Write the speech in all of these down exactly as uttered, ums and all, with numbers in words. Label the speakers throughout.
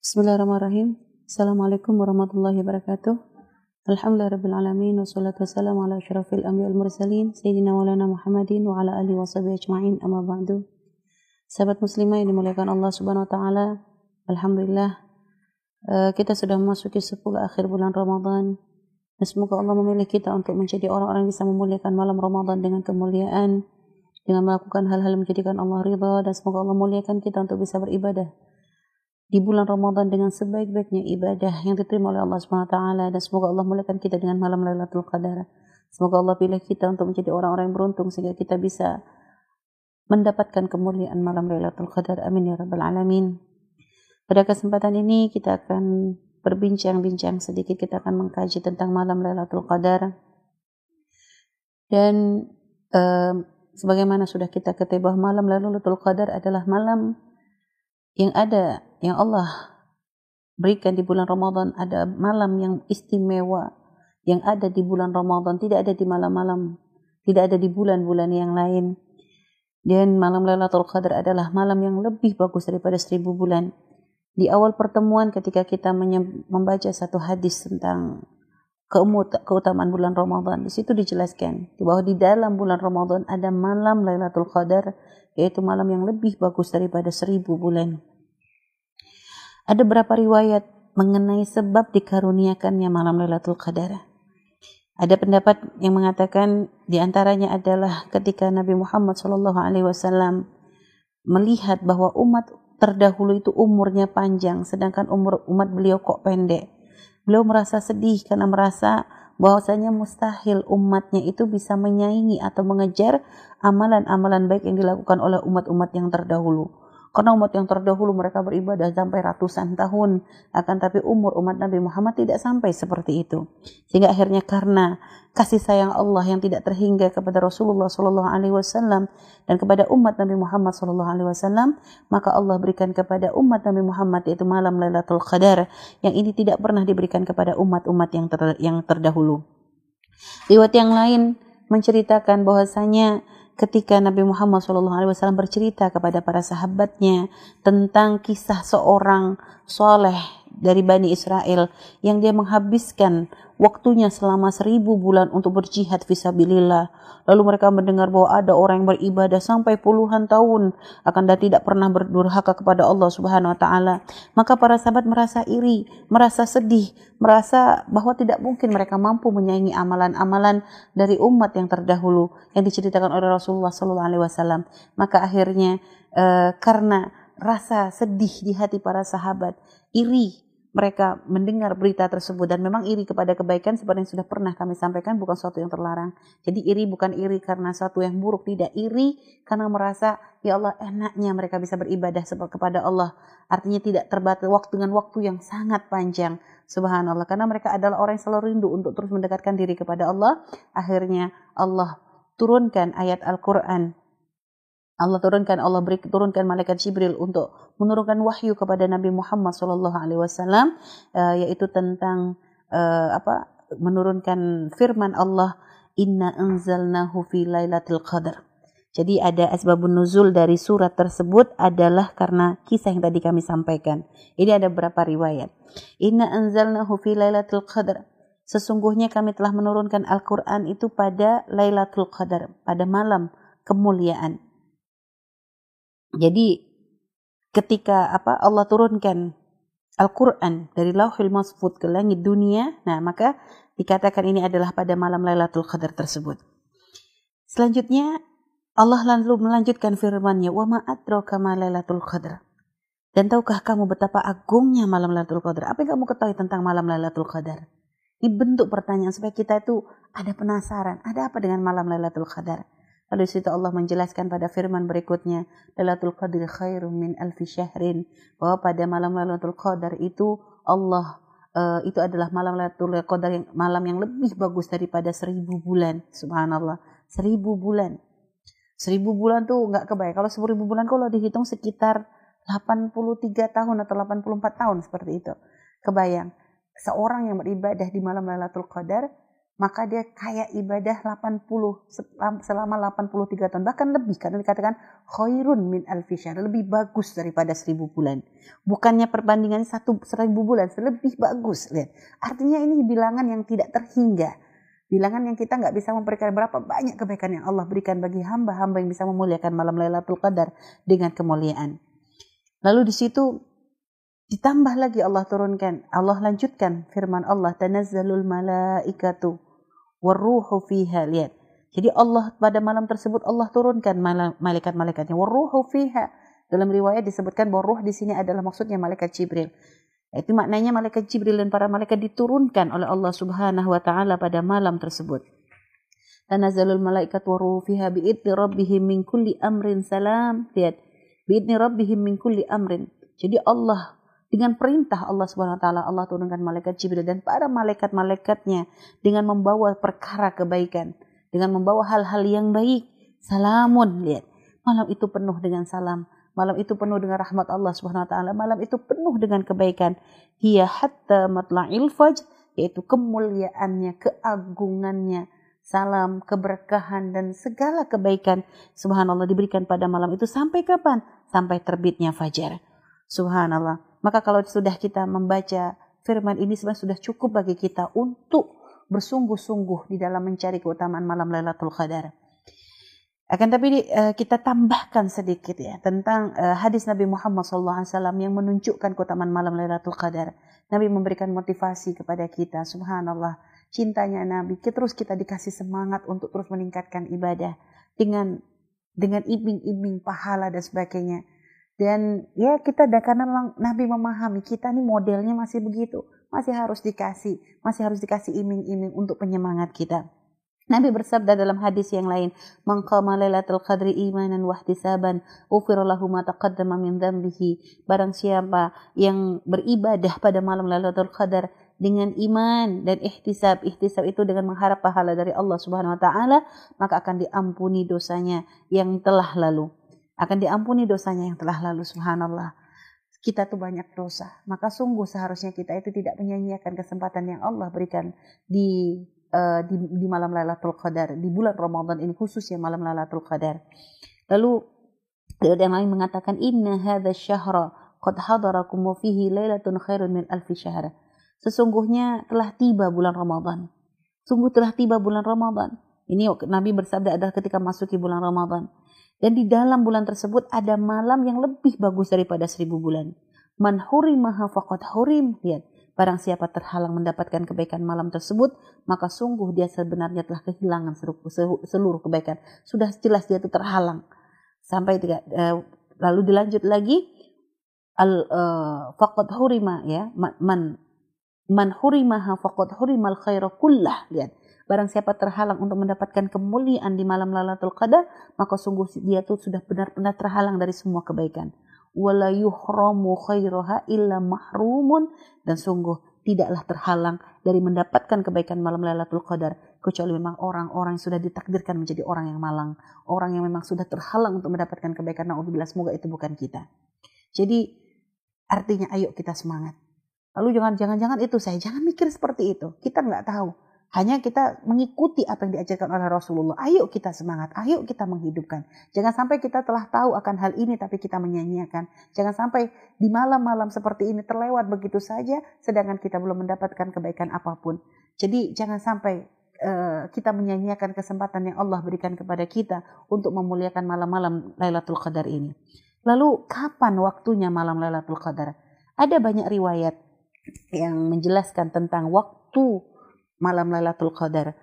Speaker 1: Bismillahirrahmanirrahim. Assalamualaikum warahmatullahi wabarakatuh. Alhamdulillahirrahmanirrahim. Wassalatu wassalamu ala asyrafil anbiya wal mursalin Sayyidina Maulana Muhammadin wa ala alihi wa sahbihi ajma'in, amma ba'du. Sahabat muslimah yang dimuliakan Allah subhanahu wa ta'ala, Alhamdulillah uh, kita sudah memasuki sepuluh akhir bulan Ramadan. Dan semoga Allah memilih kita untuk menjadi orang-orang yang bisa memuliakan malam Ramadan dengan kemuliaan, dengan melakukan hal-hal yang menjadikan Allah ridha, dan semoga Allah muliakan kita untuk bisa beribadah di bulan Ramadan dengan sebaik-baiknya ibadah yang diterima oleh Allah subhanahu wa taala, dan semoga Allah muliakan kita dengan malam Lailatul Qadar. Semoga Allah pilih kita untuk menjadi orang-orang yang beruntung sehingga kita bisa mendapatkan kemuliaan malam Lailatul Qadar. Amin ya rabbal alamin. Pada kesempatan ini kita akan berbincang-bincang sedikit, kita akan mengkaji tentang malam Lailatul Qadar. Dan eh, sebagaimana sudah kita ketahui bahwa malam Lailatul Qadar adalah malam yang ada, yang Allah berikan di bulan Ramadan, ada malam yang istimewa yang ada di bulan Ramadan, tidak ada di malam-malam, tidak ada di bulan-bulan yang lain. Dan malam Lailatul Qadar adalah malam yang lebih bagus daripada seribu bulan. Di awal pertemuan ketika kita membaca satu hadis tentang keutamaan bulan Ramadan, di situ dijelaskan bahwa di dalam bulan Ramadan ada malam Lailatul Qadar, yaitu malam yang lebih bagus daripada seribu bulan. Ada berapa riwayat mengenai sebab dikaruniakannya malam Lailatul Qadar. Ada pendapat yang mengatakan diantaranya adalah ketika Nabi Muhammad shallallahu alaihi wasallam melihat bahwa umat terdahulu itu umurnya panjang, sedangkan umur umat beliau kok pendek. Beliau merasa sedih karena merasa bahwasanya mustahil umatnya itu bisa menyaingi atau mengejar amalan-amalan baik yang dilakukan oleh umat-umat yang terdahulu. Karena umat yang terdahulu mereka beribadah sampai ratusan tahun, akan tapi umur umat Nabi Muhammad tidak sampai seperti itu. Sehingga akhirnya karena kasih sayang Allah yang tidak terhingga kepada Rasulullah shallallahu alaihi wasallam dan kepada umat Nabi Muhammad shallallahu alaihi wasallam, maka Allah berikan kepada umat Nabi Muhammad yaitu malam Lailatul Qadar, yang ini tidak pernah diberikan kepada umat-umat yang ter, yang terdahulu. Riwayat yang lain menceritakan bahwasanya ketika Nabi Muhammad shallallahu alaihi wasallam bercerita kepada para sahabatnya tentang kisah seorang soleh dari Bani Israel yang dia menghabiskan waktunya selama seribu bulan untuk berjihad fisabilillah. Lalu mereka mendengar bahwa ada orang yang beribadah sampai puluhan tahun akan dan tidak pernah berdurhaka kepada Allah subhanahu wa ta'ala. Maka para sahabat merasa iri, merasa sedih, merasa bahwa tidak mungkin mereka mampu menyaingi amalan-amalan dari umat yang terdahulu yang diceritakan oleh Rasulullah shallallahu alaihi wasallam. Maka akhirnya uh, karena rasa sedih di hati para sahabat, iri, mereka mendengar berita tersebut, dan memang iri kepada kebaikan seperti yang sudah pernah kami sampaikan bukan sesuatu yang terlarang. Jadi iri bukan iri karena sesuatu yang buruk, tidak, iri karena merasa ya Allah enaknya mereka bisa beribadah kepada Allah. Artinya tidak terbatas waktu dengan waktu yang sangat panjang. Subhanallah, karena mereka adalah orang yang selalu rindu untuk terus mendekatkan diri kepada Allah. Akhirnya Allah turunkan ayat Al-Quran. Allah turunkan, Allah beri turunkan malaikat Jibril untuk menurunkan wahyu kepada Nabi Muhammad shallallahu alaihi wasallam, uh, yaitu tentang uh, apa? menurunkan firman Allah, Inna anzalnahu fi lailatul qadar. Jadi ada asbabun nuzul dari surat tersebut adalah karena kisah yang tadi kami sampaikan. Ini ada beberapa riwayat. Inna anzalnahu fi lailatul qadar. Sesungguhnya kami telah menurunkan Al-Quran itu pada Lailatul Qadar, pada malam kemuliaan. Jadi ketika apa Allah turunkan Al-Quran dari Lauhul Mahfuz ke langit dunia, nah maka dikatakan ini adalah pada malam Lailatul Qadar tersebut. Selanjutnya Allah lalu melanjutkan firman-Nya, "Wa ma adraka ma Lailatul Qadar." Dan tahukah kamu betapa agungnya malam Lailatul Qadar? Apa yang kamu ketahui tentang malam Lailatul Qadar? Ini bentuk pertanyaan supaya kita itu ada penasaran, ada apa dengan malam Lailatul Qadar? Lalu situ Allah menjelaskan pada firman berikutnya, Lailatul Qadri khairum min alfi syahrin, bahwa pada malam Lailatul Qadar itu Allah uh, itu adalah malam Lailatul Qadar yang malam yang lebih bagus daripada seribu bulan. Subhanallah, seribu bulan. Seribu bulan tuh nggak kebayang. Kalau seribu bulan kalau dihitung sekitar delapan puluh tiga tahun atau delapan puluh empat tahun seperti itu. Kebayang. Seorang yang beribadah di malam Lailatul Qadar maka dia kaya ibadah delapan puluh selama delapan puluh tiga tahun, bahkan lebih, karena dikatakan khairun min alfi syahr, lebih bagus daripada seribu bulan. Bukannya perbandingannya satu seribu bulan, lebih bagus. Lihat, artinya ini bilangan yang tidak terhingga, bilangan yang kita nggak bisa memperkirakan berapa banyak kebaikan yang Allah berikan bagi hamba-hamba yang bisa memuliakan malam Lailatul Qadar dengan kemuliaan. Lalu di situ ditambah lagi Allah turunkan, Allah lanjutkan firman Allah, tanazzalul malaikatu warruhu fiha. Lihat, jadi Allah pada malam tersebut Allah turunkan malaikat-malaikatnya, warruhu fiha. Dalam riwayat disebutkan bahwa ruh di sini adalah maksudnya malaikat Jibril. Itu maknanya malaikat Jibril dan para malaikat diturunkan oleh Allah Subhanahu wa taala pada malam tersebut. Tanazzalul malaikatu warruhu fiha biidzni rabbihim min kulli amrin salam. Lihat, biidzni rabbihim min kulli amrin. Jadi Allah, dengan perintah Allah Subhanahu wa taala, Allah turunkan malaikat Jibril dan para malaikat-malaikatnya dengan membawa perkara kebaikan, dengan membawa hal-hal yang baik. Salamun, lihat. Malam itu penuh dengan salam. Malam itu penuh dengan rahmat Allah Subhanahu wa taala. Malam itu penuh dengan kebaikan. Hiya hatta matla'il fajr, yaitu kemuliaannya, keagungannya, salam, keberkahan dan segala kebaikan subhanallah diberikan pada malam itu sampai kapan? Sampai terbitnya fajar. Subhanallah. Maka kalau sudah kita membaca firman ini sebenarnya sudah cukup bagi kita untuk bersungguh-sungguh di dalam mencari keutamaan malam Lailatul Qadar. Akan tapi uh, kita tambahkan sedikit ya tentang uh, hadis Nabi Muhammad shallallahu alaihi wasallam yang menunjukkan keutamaan malam Lailatul Qadar. Nabi memberikan motivasi kepada kita, subhanallah, cintanya Nabi, terus kita dikasih semangat untuk terus meningkatkan ibadah dengan dengan iming-iming pahala dan sebagainya. Dan ya kita dah karena Nabi memahami kita nih modelnya masih begitu, masih harus dikasih, masih harus dikasih iming-iming untuk penyemangat kita. Nabi bersabda dalam hadis yang lain, "Man qama lailatul qadri imanan wa ihtisaban, ghufira lahu ma taqaddama min dhanbihi." Barang siapa yang beribadah pada malam Lailatul Qadar dengan iman dan ihtisab, ihtisab itu dengan mengharap pahala dari Allah Subhanahu wa taala, maka akan diampuni dosanya yang telah lalu. Akan diampuni dosanya yang telah lalu, subhanallah. Kita tuh banyak dosa, maka sungguh seharusnya kita itu tidak menyia-nyiakan kesempatan yang Allah berikan di Uh, di, di malam Lailatul Qadar, di bulan Ramadan ini khususnya malam Lailatul Qadar. Lalu yang lain mengatakan, inna hadza syahra qad hadarakum wa fihi lailatun khairun min alfi syahr. Sesungguhnya telah tiba bulan Ramadan. Sungguh telah tiba bulan Ramadan. Ini Nabi bersabda adalah ketika masuki bulan Ramadan. Dan di dalam bulan tersebut ada malam yang lebih bagus daripada seribu bulan. Man hurimaha faqad hurim. Lihat. Barang siapa terhalang mendapatkan kebaikan malam tersebut, maka sungguh dia sebenarnya telah kehilangan seluruh kebaikan. Sudah jelas dia itu terhalang. Sampai tiga, uh, lalu dilanjut lagi, al uh, faqad hurima ya, man man hurimaha faqad hurimal khaira kullah. Lihat, barang siapa terhalang untuk mendapatkan kemuliaan di malam Lailatul Qadar, maka sungguh dia itu sudah benar-benar terhalang dari semua kebaikan. Wala yuhramu khairaha illa mahrumun, dan sungguh tidaklah terhalang dari mendapatkan kebaikan malam Lailatul Qadar kecuali memang orang-orang yang sudah ditakdirkan menjadi orang yang malang, orang yang memang sudah terhalang untuk mendapatkan kebaikan. Naudzubillah, semoga itu bukan kita. Jadi artinya ayo kita semangat. Lalu jangan jangan-jangan itu saya jangan mikir seperti itu. Kita nggak tahu. Hanya kita mengikuti apa yang diajarkan oleh Rasulullah. Ayo kita semangat, ayo kita menghidupkan. Jangan sampai kita telah tahu akan hal ini tapi kita menyia-nyiakan. Jangan sampai di malam-malam seperti ini terlewat begitu saja sedangkan kita belum mendapatkan kebaikan apapun. Jadi jangan sampai uh, kita menyia-nyiakan kesempatan yang Allah berikan kepada kita untuk memuliakan malam-malam Lailatul Qadar ini. Lalu kapan waktunya malam Lailatul Qadar? Ada banyak riwayat yang menjelaskan tentang waktu malam Lailatul Qadar.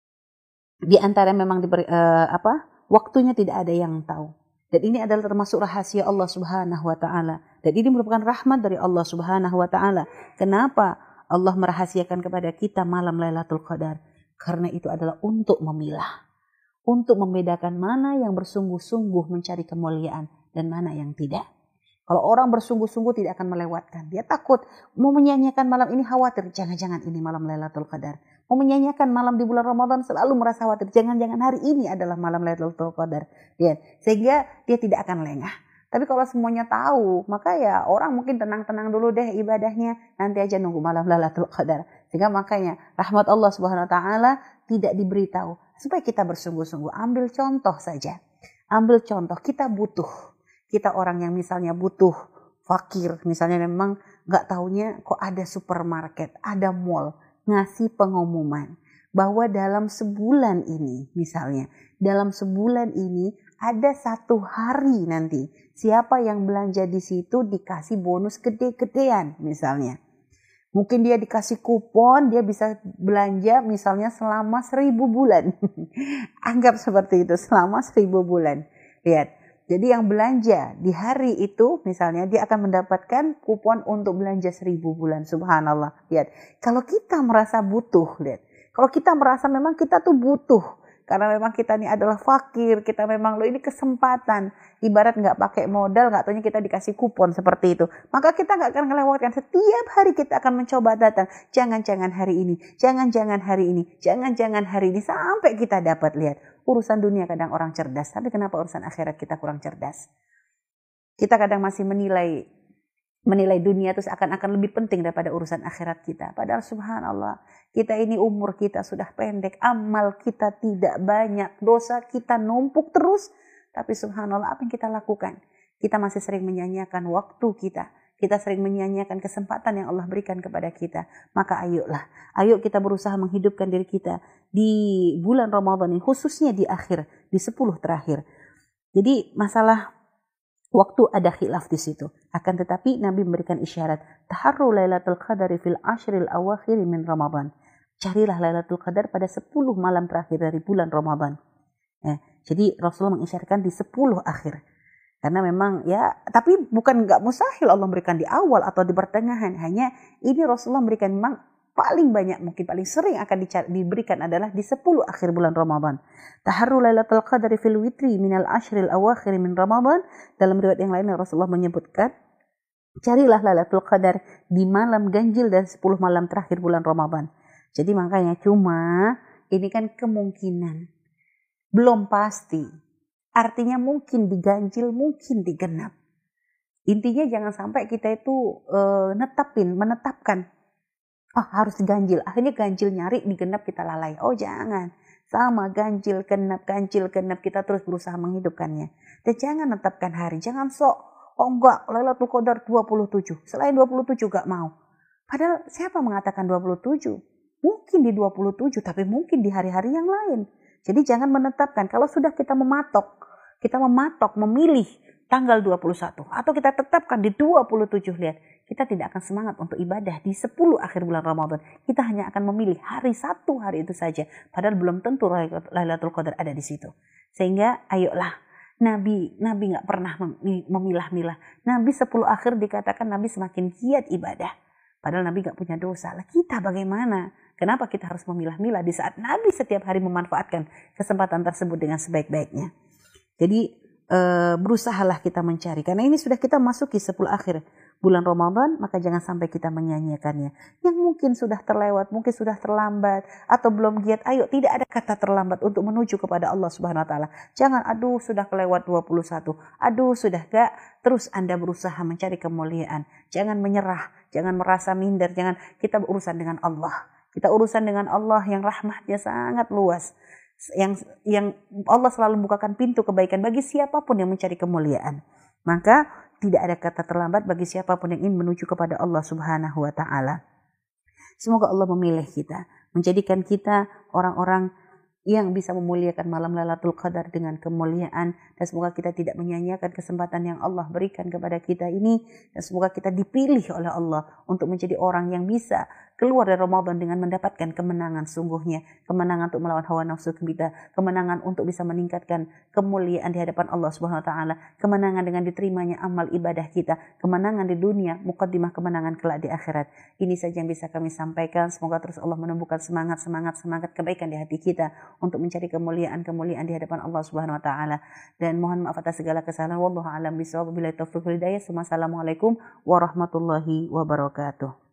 Speaker 1: Di antara memang diberi, uh, apa? Waktunya tidak ada yang tahu. Dan ini adalah termasuk rahasia Allah Subhanahu wa taala. Dan ini merupakan rahmat dari Allah Subhanahu wa taala. Kenapa Allah merahasiakan kepada kita malam Lailatul Qadar? Karena itu adalah untuk memilah. Untuk membedakan mana yang bersungguh-sungguh mencari kemuliaan dan mana yang tidak. Kalau orang bersungguh-sungguh tidak akan melewatkan. Dia takut mau menyanyiakan malam ini khawatir. Jangan-jangan ini malam Lailatul Qadar. Mau menyanyiakan malam di bulan Ramadan selalu merasa khawatir. Jangan-jangan hari ini adalah malam Lailatul Qadar. Ya. Sehingga dia tidak akan lengah. Tapi kalau semuanya tahu, maka ya orang mungkin tenang-tenang dulu deh ibadahnya, nanti aja nunggu malam Lailatul Qadar. Sehingga makanya rahmat Allah Subhanahu wa taala tidak diberitahu supaya kita bersungguh-sungguh. Ambil contoh saja. Ambil contoh, kita butuh. Kita orang yang misalnya butuh, fakir, misalnya memang nggak taunya kok ada supermarket, ada mall, ngasih pengumuman bahwa dalam sebulan ini, misalnya, dalam sebulan ini ada satu hari nanti, siapa yang belanja di situ dikasih bonus gede-gedean misalnya. Mungkin dia dikasih kupon, dia bisa belanja misalnya selama seribu bulan. Anggap seperti itu, selama seribu bulan. Lihat, jadi yang belanja di hari itu misalnya dia akan mendapatkan kupon untuk belanja seribu bulan. Subhanallah. Lihat, kalau kita merasa butuh, lihat. Kalau kita merasa memang kita tuh butuh. Karena memang kita ini adalah fakir, kita memang lo ini kesempatan. Ibarat nggak pakai modal, nggak taunya kita dikasih kupon seperti itu. Maka kita nggak akan melewatkan. Setiap hari kita akan mencoba datang. Jangan-jangan hari ini, jangan-jangan hari ini, jangan-jangan hari ini. Sampai kita dapat lihat. Urusan dunia kadang orang cerdas. Tapi kenapa urusan akhirat kita kurang cerdas? Kita kadang masih menilai menilai dunia itu seakan-akan lebih penting daripada urusan akhirat kita. Padahal subhanallah, kita ini umur kita sudah pendek, amal kita tidak banyak, dosa kita numpuk terus. Tapi subhanallah, apa yang kita lakukan? Kita masih sering menyanyiakan waktu kita. Kita sering menyanyiakan kesempatan yang Allah berikan kepada kita. Maka ayolah, ayo kita berusaha menghidupkan diri kita di bulan Ramadan ini, khususnya di akhir, di sepuluh terakhir. Jadi masalah waktu ada khilaf di situ. Akan tetapi Nabi memberikan isyarat, taharru Lailatul Qadari fil ashril awakhir min Ramadan. Carilah Lailatul Qadar pada sepuluh malam terakhir dari bulan Ramadan. Ya, jadi Rasulullah mengisyaratkan di sepuluh akhir. Karena memang ya, tapi bukan enggak mustahil Allah memberikan di awal atau di pertengahan. Hanya ini Rasulullah memberikan memang paling banyak, mungkin paling sering akan dicari, diberikan adalah di sepuluh akhir bulan Ramadan. Taharru Lailatul Qadri fil witri minal ashril awakhir min Ramadan. Dalam riwayat yang lain Rasulullah menyebutkan, carilah Lailatul Qadar di malam ganjil dan sepuluh malam terakhir bulan Ramadan. Jadi makanya cuma ini kan kemungkinan, belum pasti. Artinya mungkin diganjil, mungkin digenap. Intinya jangan sampai kita itu uh, netapin, menetapkan, oh harus ganjil, akhirnya ganjil nyari, digenap kita lalai. Oh jangan, sama ganjil, genap, ganjil, genap, kita terus berusaha menghidupkannya. Dan jangan netapkan hari, jangan sok, oh enggak, Lailatul Qadar dua puluh tujuh, selain dua puluh tujuh gak mau. Padahal siapa mengatakan dua puluh tujuh? Mungkin di dua puluh tujuh, tapi mungkin di hari-hari yang lain. Jadi jangan menetapkan, kalau sudah kita mematok, kita mematok, memilih tanggal dua puluh satu, atau kita tetapkan di dua puluh tujuh, lihat, kita tidak akan semangat untuk ibadah di sepuluh akhir bulan Ramadan. Kita hanya akan memilih hari satu hari itu saja. Padahal belum tentu Lailatul Qadar ada di situ. Sehingga ayolah, Nabi Nabi nggak pernah memilah-milah. Nabi sepuluh akhir dikatakan Nabi semakin giat ibadah. Padahal Nabi nggak punya dosa. Lah kita bagaimana? Kenapa kita harus memilah-milah di saat Nabi setiap hari memanfaatkan kesempatan tersebut dengan sebaik-baiknya? Jadi e, berusahalah kita mencari. Karena ini sudah kita masuki sepuluh akhir bulan Ramadan, maka jangan sampai kita menyanyiakannya. Yang mungkin sudah terlewat, mungkin sudah terlambat, atau belum giat, ayo, tidak ada kata terlambat untuk menuju kepada Allah Subhanahu Wa Taala. Jangan, aduh sudah kelewat dua puluh satu, aduh sudah gak, terus Anda berusaha mencari kemuliaan. Jangan menyerah, jangan merasa minder, jangan, kita berurusan dengan Allah. Kita urusan dengan Allah yang rahmatnya sangat luas. Yang, yang Allah selalu membukakan pintu kebaikan bagi siapapun yang mencari kemuliaan. Maka tidak ada kata terlambat bagi siapapun yang ingin menuju kepada Allah Subhanahu wa Ta'ala. Semoga Allah memilih kita, menjadikan kita orang-orang yang bisa memuliakan malam Lailatul Qadar dengan kemuliaan, dan semoga kita tidak menyanyiakan kesempatan yang Allah berikan kepada kita ini, dan semoga kita dipilih oleh Allah untuk menjadi orang yang bisa keluar dari Ramadan dengan mendapatkan kemenangan sungguhnya, kemenangan untuk melawan hawa nafsu kita, kemenangan untuk bisa meningkatkan kemuliaan di hadapan Allah Subhanahu wa Ta'ala, kemenangan dengan diterimanya amal ibadah kita, kemenangan di dunia, muqaddimah kemenangan kelak di akhirat. Ini saja yang bisa kami sampaikan. Semoga terus Allah menumbuhkan semangat, semangat, semangat kebaikan di hati kita untuk mencari kemuliaan-kemuliaan di hadapan Allah Subhanahu wa Ta'ala. Dan mohon maaf atas segala kesalahan. Wallahu a'lam bishawab. Billahi taufiq wal hidayah. Wassalamualaikum warahmatullahi wabarakatuh.